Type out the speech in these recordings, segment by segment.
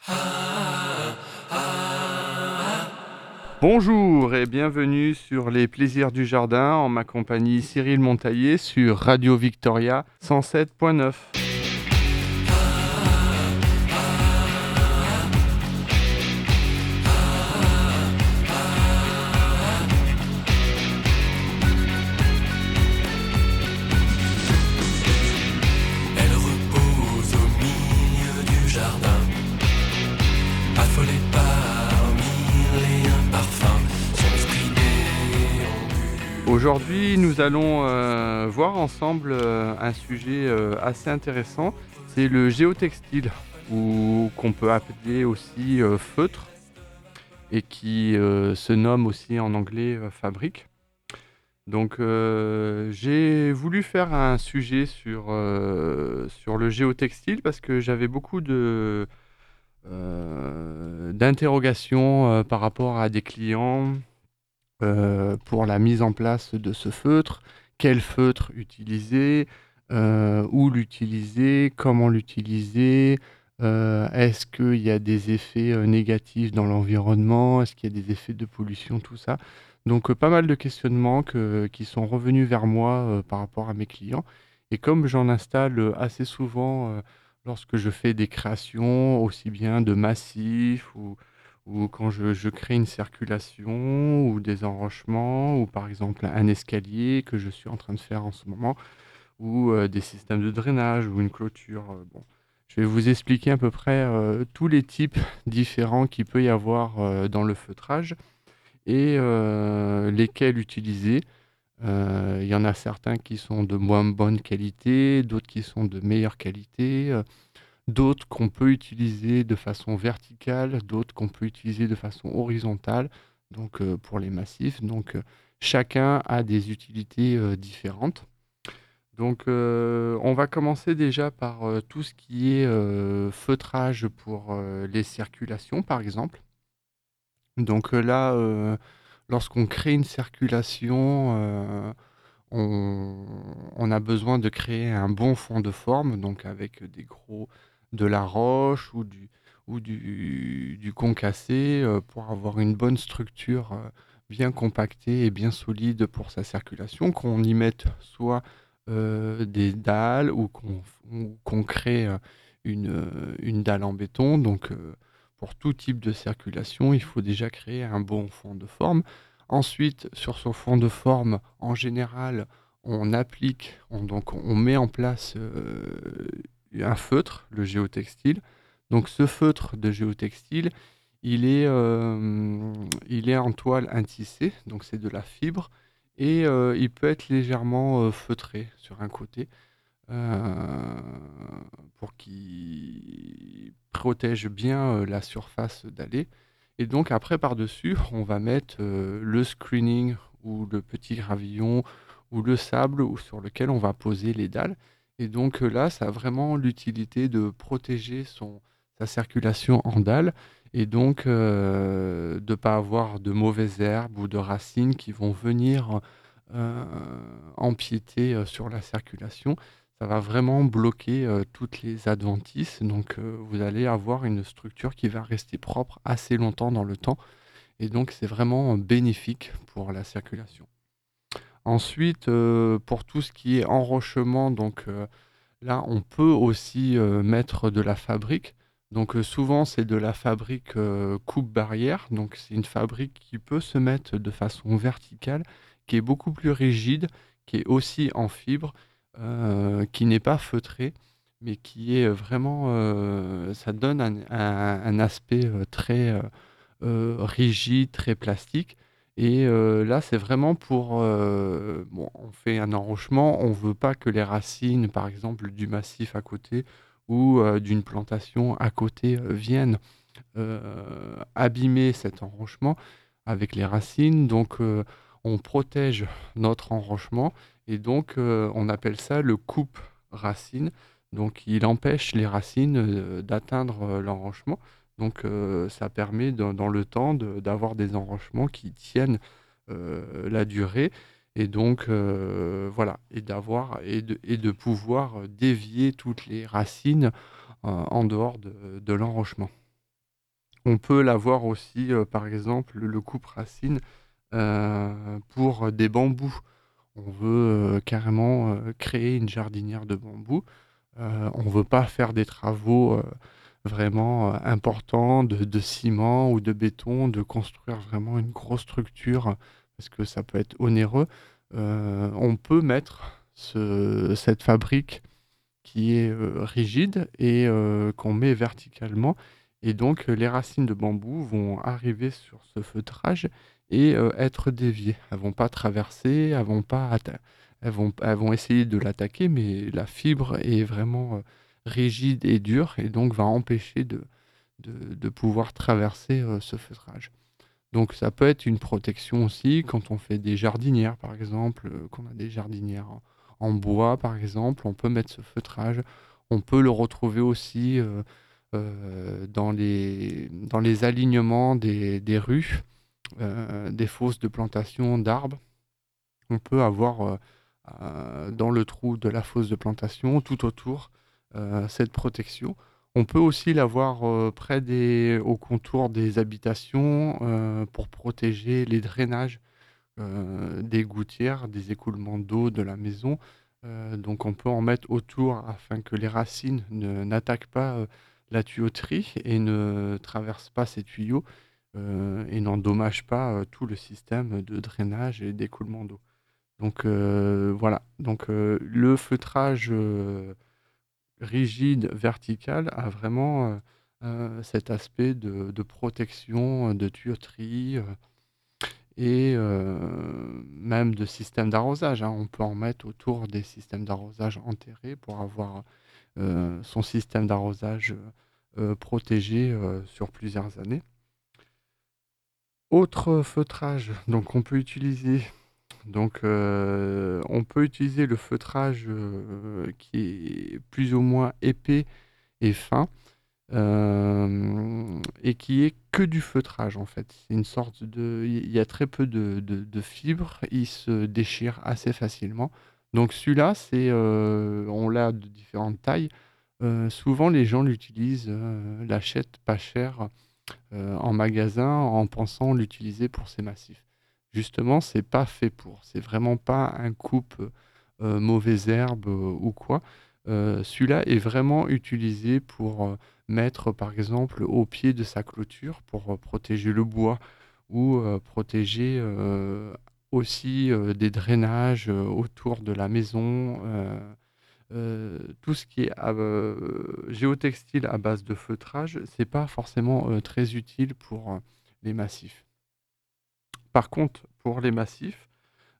Bonjour et bienvenue sur Les Plaisirs du Jardin en ma compagnie Cyril Montaillé sur Radio Victoria 107.9. Elle repose au milieu du jardin, affolée par mille et un parfums, son esprit déambule. Aujourd'hui, nous allons voir ensemble un sujet assez intéressant, c'est le géotextile, ou qu'on peut appeler aussi feutre, et qui se nomme aussi en anglais fabrique. Donc, j'ai voulu faire un sujet sur le géotextile parce que j'avais beaucoup d'interrogations par rapport à des clients pour la mise en place de ce feutre. Quel feutre utiliser, où l'utiliser, comment l'utiliser, est-ce qu'il y a des effets négatifs dans l'environnement, est-ce qu'il y a des effets de pollution, tout ça. Donc pas mal de questionnements qui sont revenus vers moi par rapport à mes clients. Et comme j'en installe assez souvent lorsque je fais des créations, aussi bien de massifs ou quand je crée une circulation ou des enrochements ou par exemple un escalier que je suis en train de faire en ce moment ou des systèmes de drainage ou une clôture. Bon, je vais vous expliquer à peu près tous les types différents qu'il peut y avoir dans le feutrage et lesquels utiliser. Il y en a certains qui sont de moins bonne qualité, d'autres qui sont de meilleure qualité. D'autres qu'on peut utiliser de façon verticale, d'autres qu'on peut utiliser de façon horizontale, donc pour les massifs. Donc chacun a des utilités différentes. Donc on va commencer déjà par tout ce qui est feutrage pour les circulations, par exemple. Donc là, lorsqu'on crée une circulation, on, on a besoin de créer un bon fond de forme, donc avec de la roche ou du concassé pour avoir une bonne structure bien compactée et bien solide pour sa circulation, qu'on y mette soit des dalles ou qu'on crée une dalle en béton. Donc pour tout type de circulation, il faut déjà créer un bon fond de forme. Ensuite, sur son fond de forme, en général, donc on met en place un feutre, le géotextile. Donc ce feutre de géotextile, il est en toile intissée, donc c'est de la fibre, et il peut être légèrement feutré sur un côté euh, pour qu'il protège bien la surface dallée. Et donc après, par-dessus, on va mettre le screening ou le petit gravillon ou le sable sur lequel on va poser les dalles. Et donc là, ça a vraiment l'utilité de protéger sa circulation en dalle et donc de ne pas avoir de mauvaises herbes ou de racines qui vont venir euh, empiéter sur la circulation. Ça va vraiment bloquer toutes les adventices. Donc vous allez avoir une structure qui va rester propre assez longtemps dans le temps. Et donc c'est vraiment bénéfique pour la circulation. Ensuite, pour tout ce qui est enrochement, donc là, on peut aussi mettre de la fabrique. Donc souvent, c'est de la fabrique coupe-barrière. Donc c'est une fabrique qui peut se mettre de façon verticale, qui est beaucoup plus rigide, qui est aussi en fibre, qui n'est pas feutrée, mais qui est vraiment, ça donne un aspect très rigide, très plastique. Et là, c'est vraiment bon, on fait un enrochement, on veut pas que les racines, par exemple, du massif à côté ou d'une plantation à côté viennent abîmer cet enrochement avec les racines. Donc, on protège notre enrochement et donc on appelle ça le coupe-racine. Donc, il empêche les racines d'atteindre l'enrochement. Donc, ça permet dans le temps d'avoir des enrochements qui tiennent la durée. Et donc, voilà, et de pouvoir dévier toutes les racines en dehors de l'enrochement. On peut l'avoir aussi, par exemple, le coupe-racine pour des bambous. On veut carrément créer une jardinière de bambou. On ne veut pas faire des travaux vraiment importants de ciment ou de béton, de construire vraiment une grosse structure parce que ça peut être onéreux. On peut mettre cette fabrique qui est rigide et qu'on met verticalement. Et donc, les racines de bambou vont arriver sur ce feutrage et être déviées. Elles vont pas traverser, elles vont essayer de l'attaquer, mais la fibre est vraiment rigide et dure et donc va empêcher de pouvoir traverser ce feutrage. Donc ça peut être une protection aussi quand on fait des jardinières, par exemple, qu'on a des jardinières en bois, par exemple, on peut mettre ce feutrage. On peut le retrouver aussi dans les alignements des rues, des fosses de plantation d'arbres. On peut avoir dans le trou de la fosse de plantation, tout autour, cette protection. On peut aussi l'avoir au contour des habitations pour protéger les drainages des gouttières, des écoulements d'eau de la maison. Donc on peut en mettre autour afin que les racines n'attaquent pas la tuyauterie et ne traversent pas ces tuyaux et n'endommagent pas tout le système de drainage et d'écoulement d'eau. Donc voilà, donc le feutrage rigide vertical a vraiment cet aspect de protection, de tuyauterie et même de système d'arrosage, hein. On peut en mettre autour des systèmes d'arrosage enterrés pour avoir son système d'arrosage protégé sur plusieurs années. Autre feutrage donc on peut utiliser donc, on peut utiliser le feutrage, qui est plus ou moins épais et fin, et qui est que du feutrage, en fait. C'est une sorte de il y a très peu de fibres, il se déchire assez facilement. Donc celui-là, on l'a de différentes tailles. Souvent les gens l'achètent pas cher en magasin en pensant l'utiliser pour ses massifs. Justement, c'est pas fait pour. C'est vraiment pas un coupe mauvaises herbes ou quoi. Celui-là est vraiment utilisé pour mettre, par exemple, au pied de sa clôture pour protéger le bois ou protéger aussi des drainages autour de la maison. Tout ce qui est géotextile à base de feutrage, c'est pas forcément très utile pour les massifs. Par contre, pour les massifs,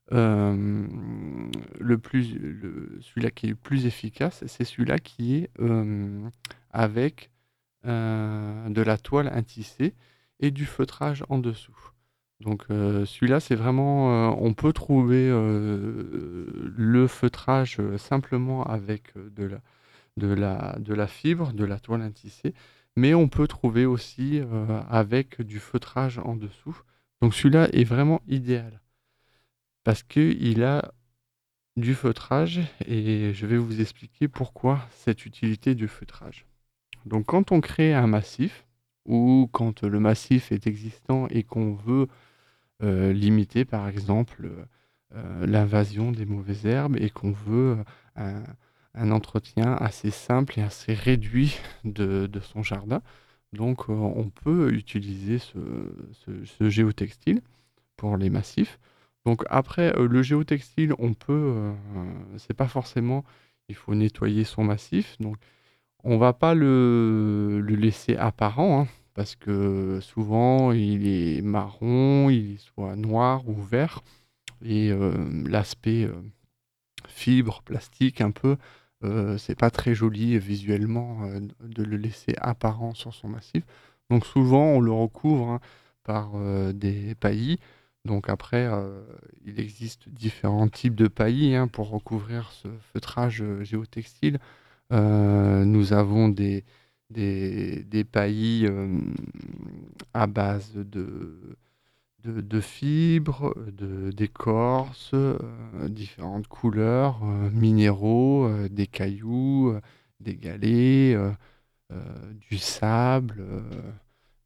celui-là qui est le plus efficace, c'est celui-là qui est avec de la toile intissée et du feutrage en dessous. Donc celui-là, c'est vraiment, on peut trouver le feutrage simplement avec de la fibre, de la toile intissée, mais on peut trouver aussi avec du feutrage en dessous. Donc celui-là est vraiment idéal parce qu'il a du feutrage et je vais vous expliquer pourquoi cette utilité du feutrage. Donc quand on crée un massif ou quand le massif est existant et qu'on veut limiter par exemple l'invasion des mauvaises herbes et qu'on veut un, un entretien assez simple et assez réduit de son jardin. Donc on peut utiliser ce géotextile pour les massifs. Donc après, le géotextile, c'est pas forcément, il faut nettoyer son massif. Donc on va pas le laisser apparent, hein, parce que souvent il est marron, il est soit noir ou vert, et l'aspect fibre, plastique un peu, c'est pas très joli visuellement de le laisser apparent sur son massif. Donc souvent on le recouvre hein, par des paillis. Donc après, il existe différents types de paillis hein, pour recouvrir ce feutrage géotextile. Nous avons des paillis à base de fibres, d'écorce, différentes couleurs, minéraux, des cailloux, des galets, du sable,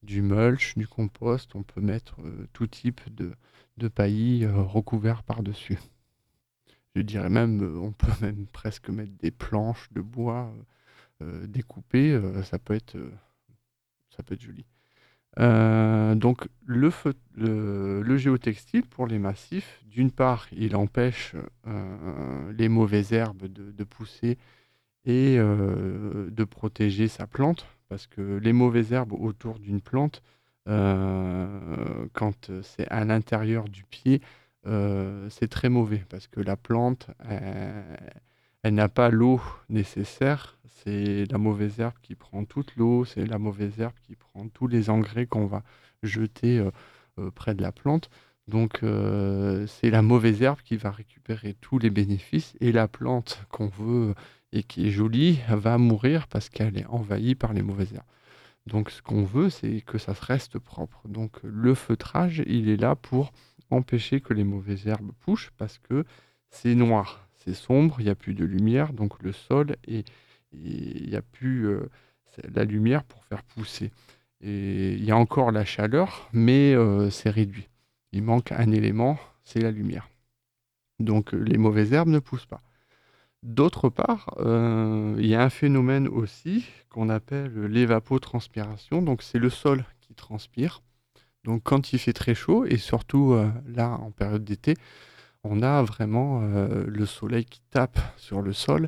du mulch, du compost. On peut mettre tout type de paillis recouverts par-dessus. Je dirais même, on peut même presque mettre des planches de bois découpées. Ça peut être joli. Donc le géotextile pour les massifs, d'une part, il empêche les mauvaises herbes de pousser et de protéger sa plante, parce que les mauvaises herbes autour d'une plante, quand c'est à l'intérieur du pied, c'est très mauvais, parce que la plante, elle n'a pas l'eau nécessaire. C'est la mauvaise herbe qui prend toute l'eau, c'est la mauvaise herbe qui prend tous les engrais qu'on va jeter près de la plante. Donc c'est la mauvaise herbe qui va récupérer tous les bénéfices, et la plante qu'on veut et qui est jolie va mourir parce qu'elle est envahie par les mauvaises herbes. Donc ce qu'on veut, c'est que ça reste propre. Donc le feutrage, il est là pour empêcher que les mauvaises herbes poussent, parce que c'est noir, c'est sombre, il n'y a plus de lumière, donc le sol et il n'y a plus la lumière pour faire pousser. Et il y a encore la chaleur, mais c'est réduit. Il manque un élément, c'est la lumière. Donc les mauvaises herbes ne poussent pas. D'autre part, il y a un phénomène aussi qu'on appelle l'évapotranspiration. Donc c'est le sol qui transpire. Donc quand il fait très chaud, et surtout là en période d'été, on a vraiment le soleil qui tape sur le sol,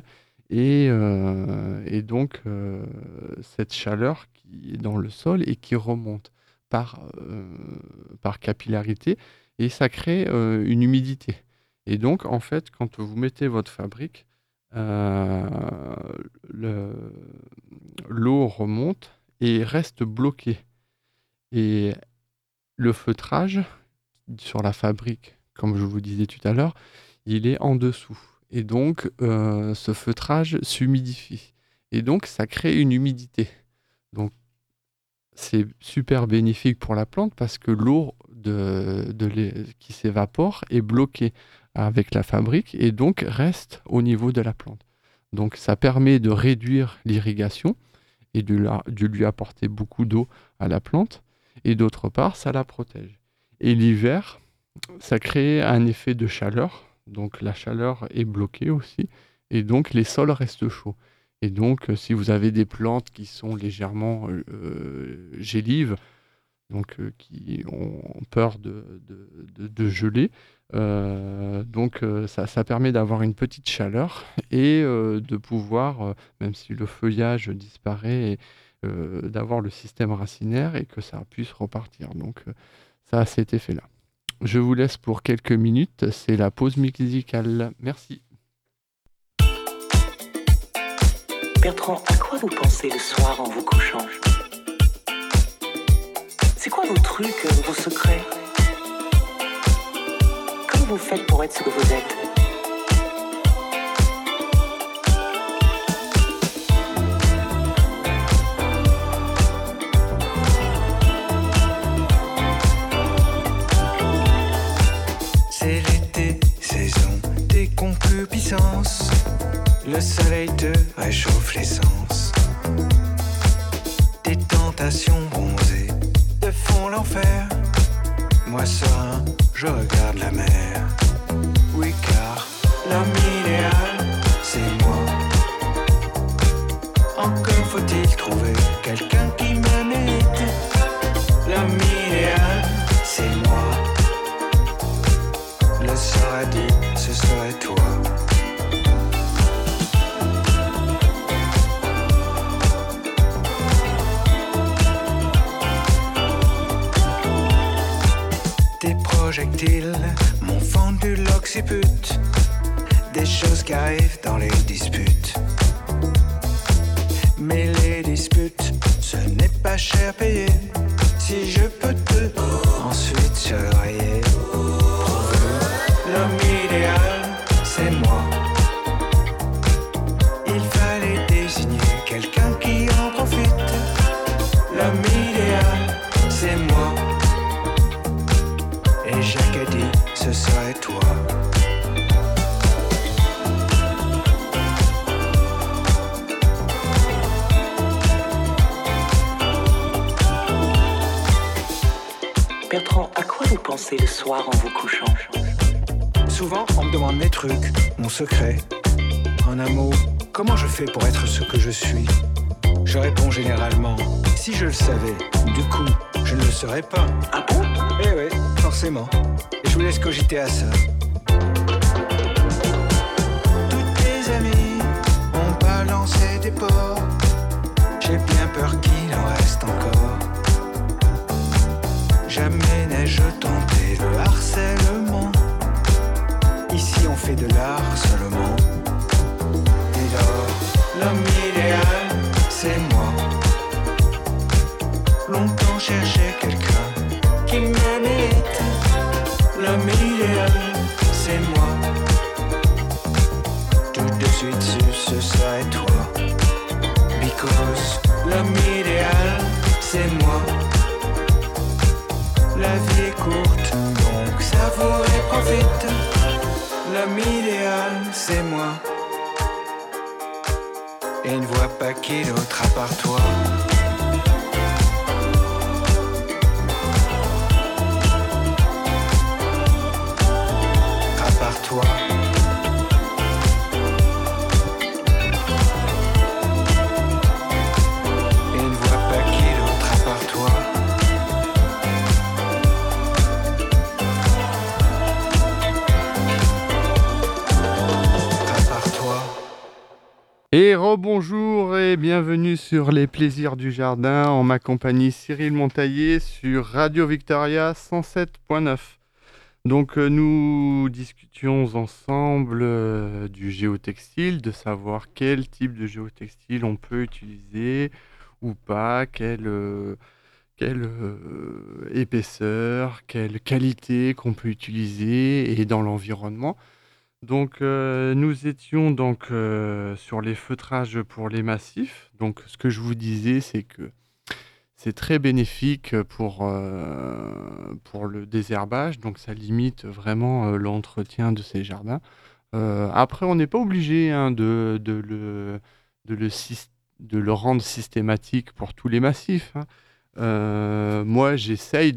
et donc cette chaleur qui est dans le sol et qui remonte par capillarité, et ça crée une humidité. Et donc en fait, quand vous mettez votre fabrique, euh, le- l'eau remonte et reste bloquée. Et le feutrage sur la fabrique, comme je vous disais tout à l'heure, il est en dessous. Et donc, ce feutrage s'humidifie. Et donc, ça crée une humidité. Donc, c'est super bénéfique pour la plante, parce que l'eau qui s'évapore est bloquée avec la fabrique et donc reste au niveau de la plante. Donc, ça permet de réduire l'irrigation et de lui apporter beaucoup d'eau à la plante. Et d'autre part, ça la protège. Et l'hiver, ça crée un effet de chaleur. Donc la chaleur est bloquée aussi. Et donc les sols restent chauds. Et donc si vous avez des plantes qui sont légèrement gélives, donc qui ont peur de geler, ça permet d'avoir une petite chaleur et de pouvoir, même si le feuillage disparaît, d'avoir le système racinaire et que ça puisse repartir. Donc ça a cet effet-là. Je vous laisse pour quelques minutes, c'est la pause musicale. Merci. Bertrand, à quoi vous pensez le soir en vous couchant? C'est quoi vos trucs, vos secrets? Comment vous faites pour être ce que vous êtes? C'est l'été, saison des concupiscences. Le soleil te réchauffe l'essence. Des tentations bronzées te font l'enfer. Moi serein, je regarde la mer. Oui, car l'homme idéal, c'est moi. Encore faut-il trouver quelqu'un qui me mérite. L'homme idéal, c'est moi. Le sera dit, ce serait toi. Des projectiles m'ont fendu l'occiput. Des choses qui arrivent dans les disputes. Mais les disputes, ce n'est pas cher payé. Si je peux te ensuite surveiller. L'homme idéal, c'est moi. Il fallait désigner quelqu'un qui en profite. L'homme idéal, c'est moi. Et Jacques a dit, ce serait toi. Bertrand, à quoi vous pensez le soir en vous couchant? Souvent, on me demande mes trucs, mon secret. En un mot, comment je fais pour être ce que je suis? Je réponds généralement, si je le savais, du coup, je ne le saurais pas. Ah bon? Eh ouais, forcément. Et je vous laisse cogiter à ça. Toutes tes amies ont balancé des porcs. J'ai bien peur qu'il en reste encore. Jamais n'ai-je tenté le harcèlement. Ici on fait de l'art seulement. Dès lors, l'homme idéal, c'est moi. Longtemps cherché quelqu'un qui m'habite. L'homme idéal, c'est moi. Tout de suite ce serait toi. Because l'homme idéal, c'est moi. La vie est courte, donc savoure et profite. L'homme idéal, c'est moi. Et ne vois pas qui d'autre à part toi. À part toi. Et ne vois pas qui d'autre à part toi. À part toi. Et rebonjour et bienvenue sur Les Plaisirs du Jardin en ma compagnie Cyril Montaillé sur Radio Victoria 107.9. Donc nous discutions ensemble du géotextile, de savoir quel type de géotextile on peut utiliser ou pas, quelle épaisseur, quelle qualité qu'on peut utiliser et dans l'environnement. Donc nous étions donc sur les feutrages pour les massifs. Donc ce que je vous disais, c'est que c'est très bénéfique pour le désherbage, donc ça limite vraiment l'entretien de ces jardins. Après, on n'est pas obligé hein, de le sys- de le rendre systématique pour tous les massifs, hein. Moi, j'essaye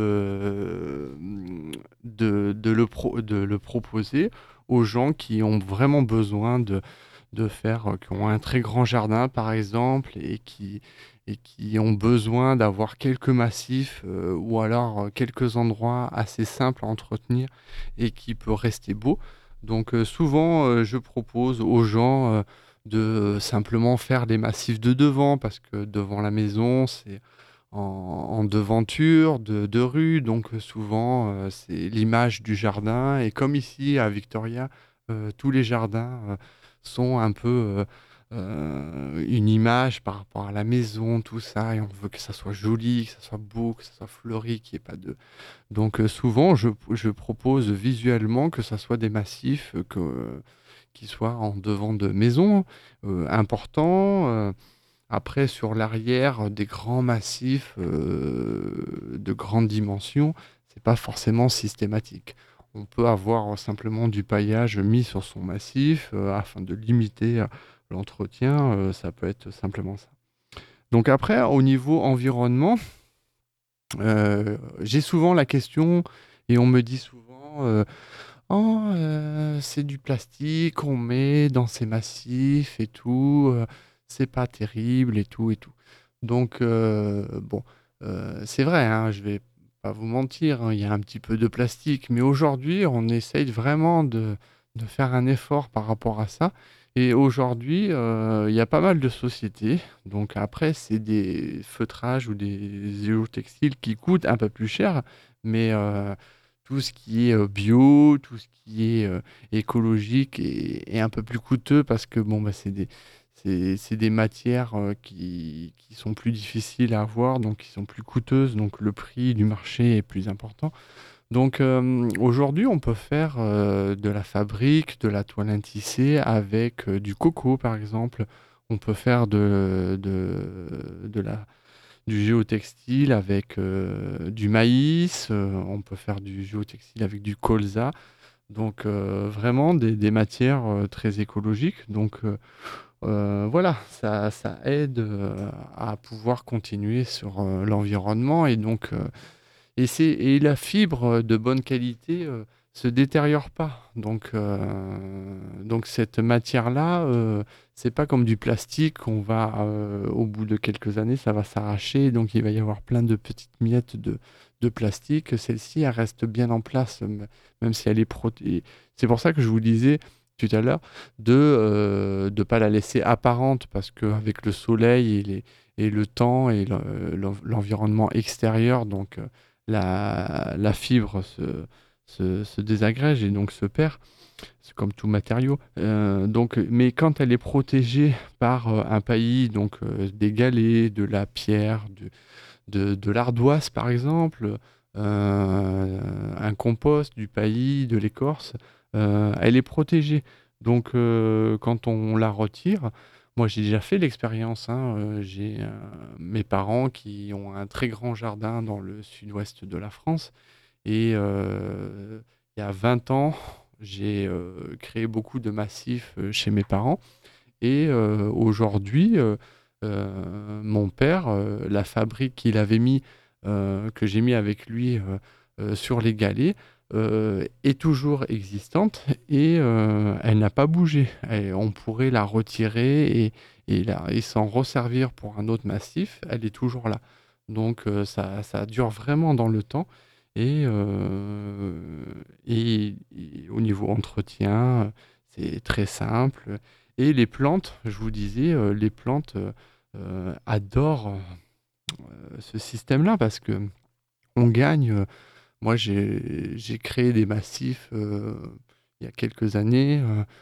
de le proposer aux gens qui ont vraiment besoin de faire, qui ont un très grand jardin, par exemple, et qui ont besoin d'avoir quelques massifs ou alors quelques endroits assez simples à entretenir et qui peut rester beau. Donc souvent, je propose aux gens de simplement faire des massifs de devant parce que devant la maison, c'est en devanture de rue, donc souvent c'est l'image du jardin. Et comme ici à Victoria, tous les jardins sont un peu une image par rapport à la maison, tout ça, et on veut que ça soit joli, que ça soit beau, que ça soit fleuri, qu'il n'y ait pas de... Donc souvent je propose visuellement que ça soit des massifs qui soient en devant de maison, importants. Après, sur l'arrière, des grands massifs de grande dimension, c'est pas forcément systématique. On peut avoir simplement du paillage mis sur son massif afin de limiter l'entretien. Ça peut être simplement ça. Donc après, au niveau environnement, j'ai souvent la question et on me dit souvent oh, c'est du plastique qu'on met dans ces massifs et tout, c'est pas terrible et tout et tout. Donc, bon, c'est vrai, hein, je vais pas vous mentir, hein, il y a un petit peu de plastique, mais aujourd'hui, on essaye vraiment de faire un effort par rapport à ça. Et aujourd'hui, il y a pas mal de sociétés. Donc après, c'est des feutrages ou des géotextiles qui coûtent un peu plus cher, mais tout ce qui est bio, tout ce qui est écologique est un peu plus coûteux parce que bon, bah, c'est des matières qui sont plus difficiles à avoir, donc qui sont plus coûteuses, donc le prix du marché est plus important. Donc aujourd'hui, on peut faire de la fabrique, de la toile à tisser avec du coco, par exemple. On peut faire du géotextile avec du maïs. On peut faire du géotextile avec du colza. Donc vraiment des matières très écologiques. Donc voilà, ça aide à pouvoir continuer sur l'environnement et donc Et la fibre de bonne qualité se détériore pas. Donc cette matière-là, c'est pas comme du plastique. Au bout de quelques années, ça va s'arracher. Donc il va y avoir plein de petites miettes de plastique. Celle-ci, elle reste bien en place, même si elle est protégée. C'est pour ça que je vous disais tout à l'heure de ne pas la laisser apparente, parce qu'avec le soleil et le temps et l'environnement extérieur, donc la fibre se désagrège et donc se perd. C'est comme tout matériau. Mais quand elle est protégée par un paillis, donc des galets, de la pierre, de l'ardoise par exemple, un compost, du paillis, de l'écorce, elle est protégée. Donc quand on la retire, moi j'ai déjà fait l'expérience, hein, j'ai mes parents qui ont un très grand jardin dans le sud-ouest de la France. Et il y a 20 ans, j'ai créé beaucoup de massifs chez mes parents. Et aujourd'hui, mon père, la fabrique que j'ai mis avec lui sur les galets, est toujours existante et elle n'a pas bougé. On pourrait la retirer et s'en resservir pour un autre massif. Elle est toujours là. Donc ça dure vraiment dans le temps. Et au niveau entretien, c'est très simple. Et les plantes, je vous disais, les plantes adorent ce système-là parce que on gagne. Moi, j'ai créé des massifs il y a quelques années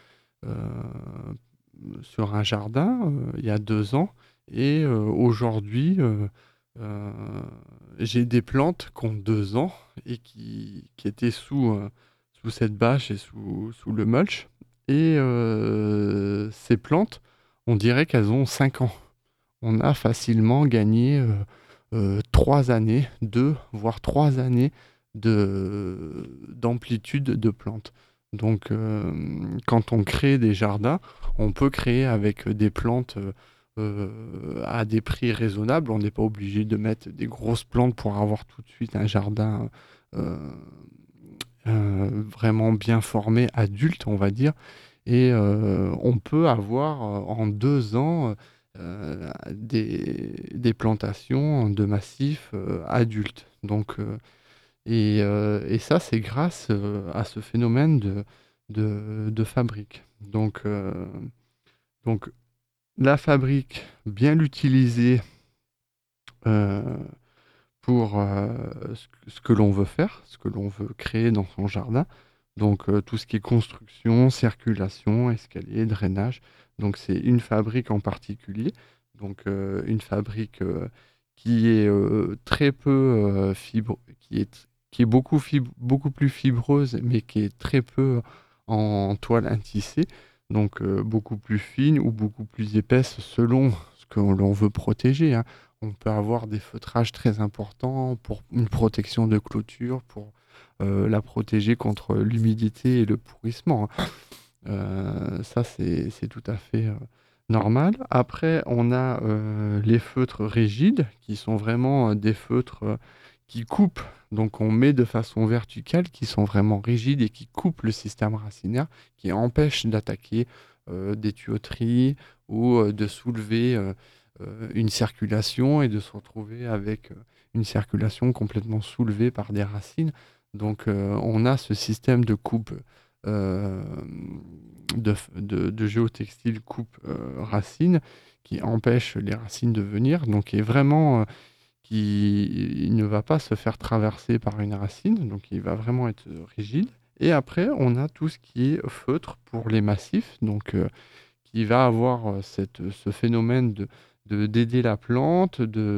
sur un jardin, il y a 2 ans. Et aujourd'hui, euh, j'ai des plantes qui ont 2 ans et qui étaient sous cette bâche et sous le mulch. Et ces plantes, on dirait qu'elles ont 5 ans. On a facilement gagné 3 années, 2 voire 3 années d'amplitude de plantes. Donc, quand on crée des jardins, on peut créer avec des plantes à des prix raisonnables. On n'est pas obligé de mettre des grosses plantes pour avoir tout de suite un jardin euh, vraiment bien formé, adulte, on va dire. Et on peut avoir en 2 ans des plantations de massifs adultes. Et ça, c'est grâce à ce phénomène de fabrique. Donc la fabrique, bien l'utiliser euh, pour ce que l'on veut faire, ce que l'on veut créer dans son jardin. Donc tout ce qui est construction, circulation, escalier, drainage. Donc c'est une fabrique en particulier. Donc une fabrique qui est très peu qui est beaucoup plus fibreuse, mais qui est très peu en toile intissée. Donc beaucoup plus fine ou beaucoup plus épaisse selon ce que l'on veut protéger, hein. On peut avoir des feutrages très importants pour une protection de clôture, pour la protéger contre l'humidité et le pourrissement, hein. Ça, c'est tout à fait normal. Après, on a les feutres rigides, qui sont vraiment des feutres qui coupent. Donc, on met de façon verticale, qui sont vraiment rigides et qui coupent le système racinaire, qui empêchent d'attaquer des tuyauteries ou de soulever une circulation et de se retrouver avec une circulation complètement soulevée par des racines. Donc, on a ce système de coupe euh, de géotextile coupe racines qui empêche les racines de venir, donc qui est vraiment qui il ne va pas se faire traverser par une racine, donc il va vraiment être rigide. Et après, on a tout ce qui est feutre pour les massifs, donc qui va avoir ce phénomène d'aider la plante,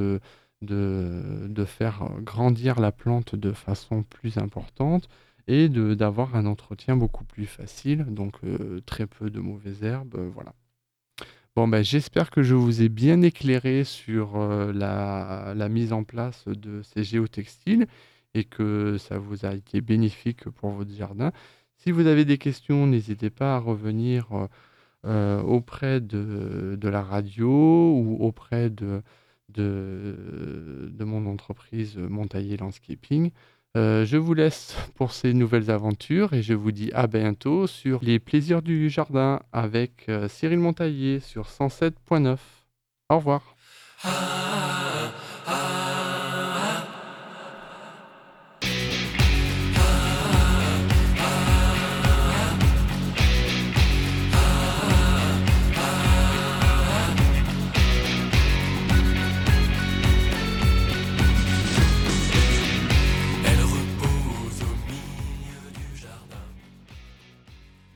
de faire grandir la plante de façon plus importante et d'avoir un entretien beaucoup plus facile, donc très peu de mauvaises herbes, voilà. Bon, ben, j'espère que je vous ai bien éclairé sur la mise en place de ces géotextiles et que ça vous a été bénéfique pour votre jardin. Si vous avez des questions, n'hésitez pas à revenir auprès de la radio ou auprès de mon entreprise Montaillé Landscaping. Je vous laisse pour ces nouvelles aventures et je vous dis à bientôt sur les plaisirs du jardin avec Cyril Montaillé sur 107.9. Au revoir.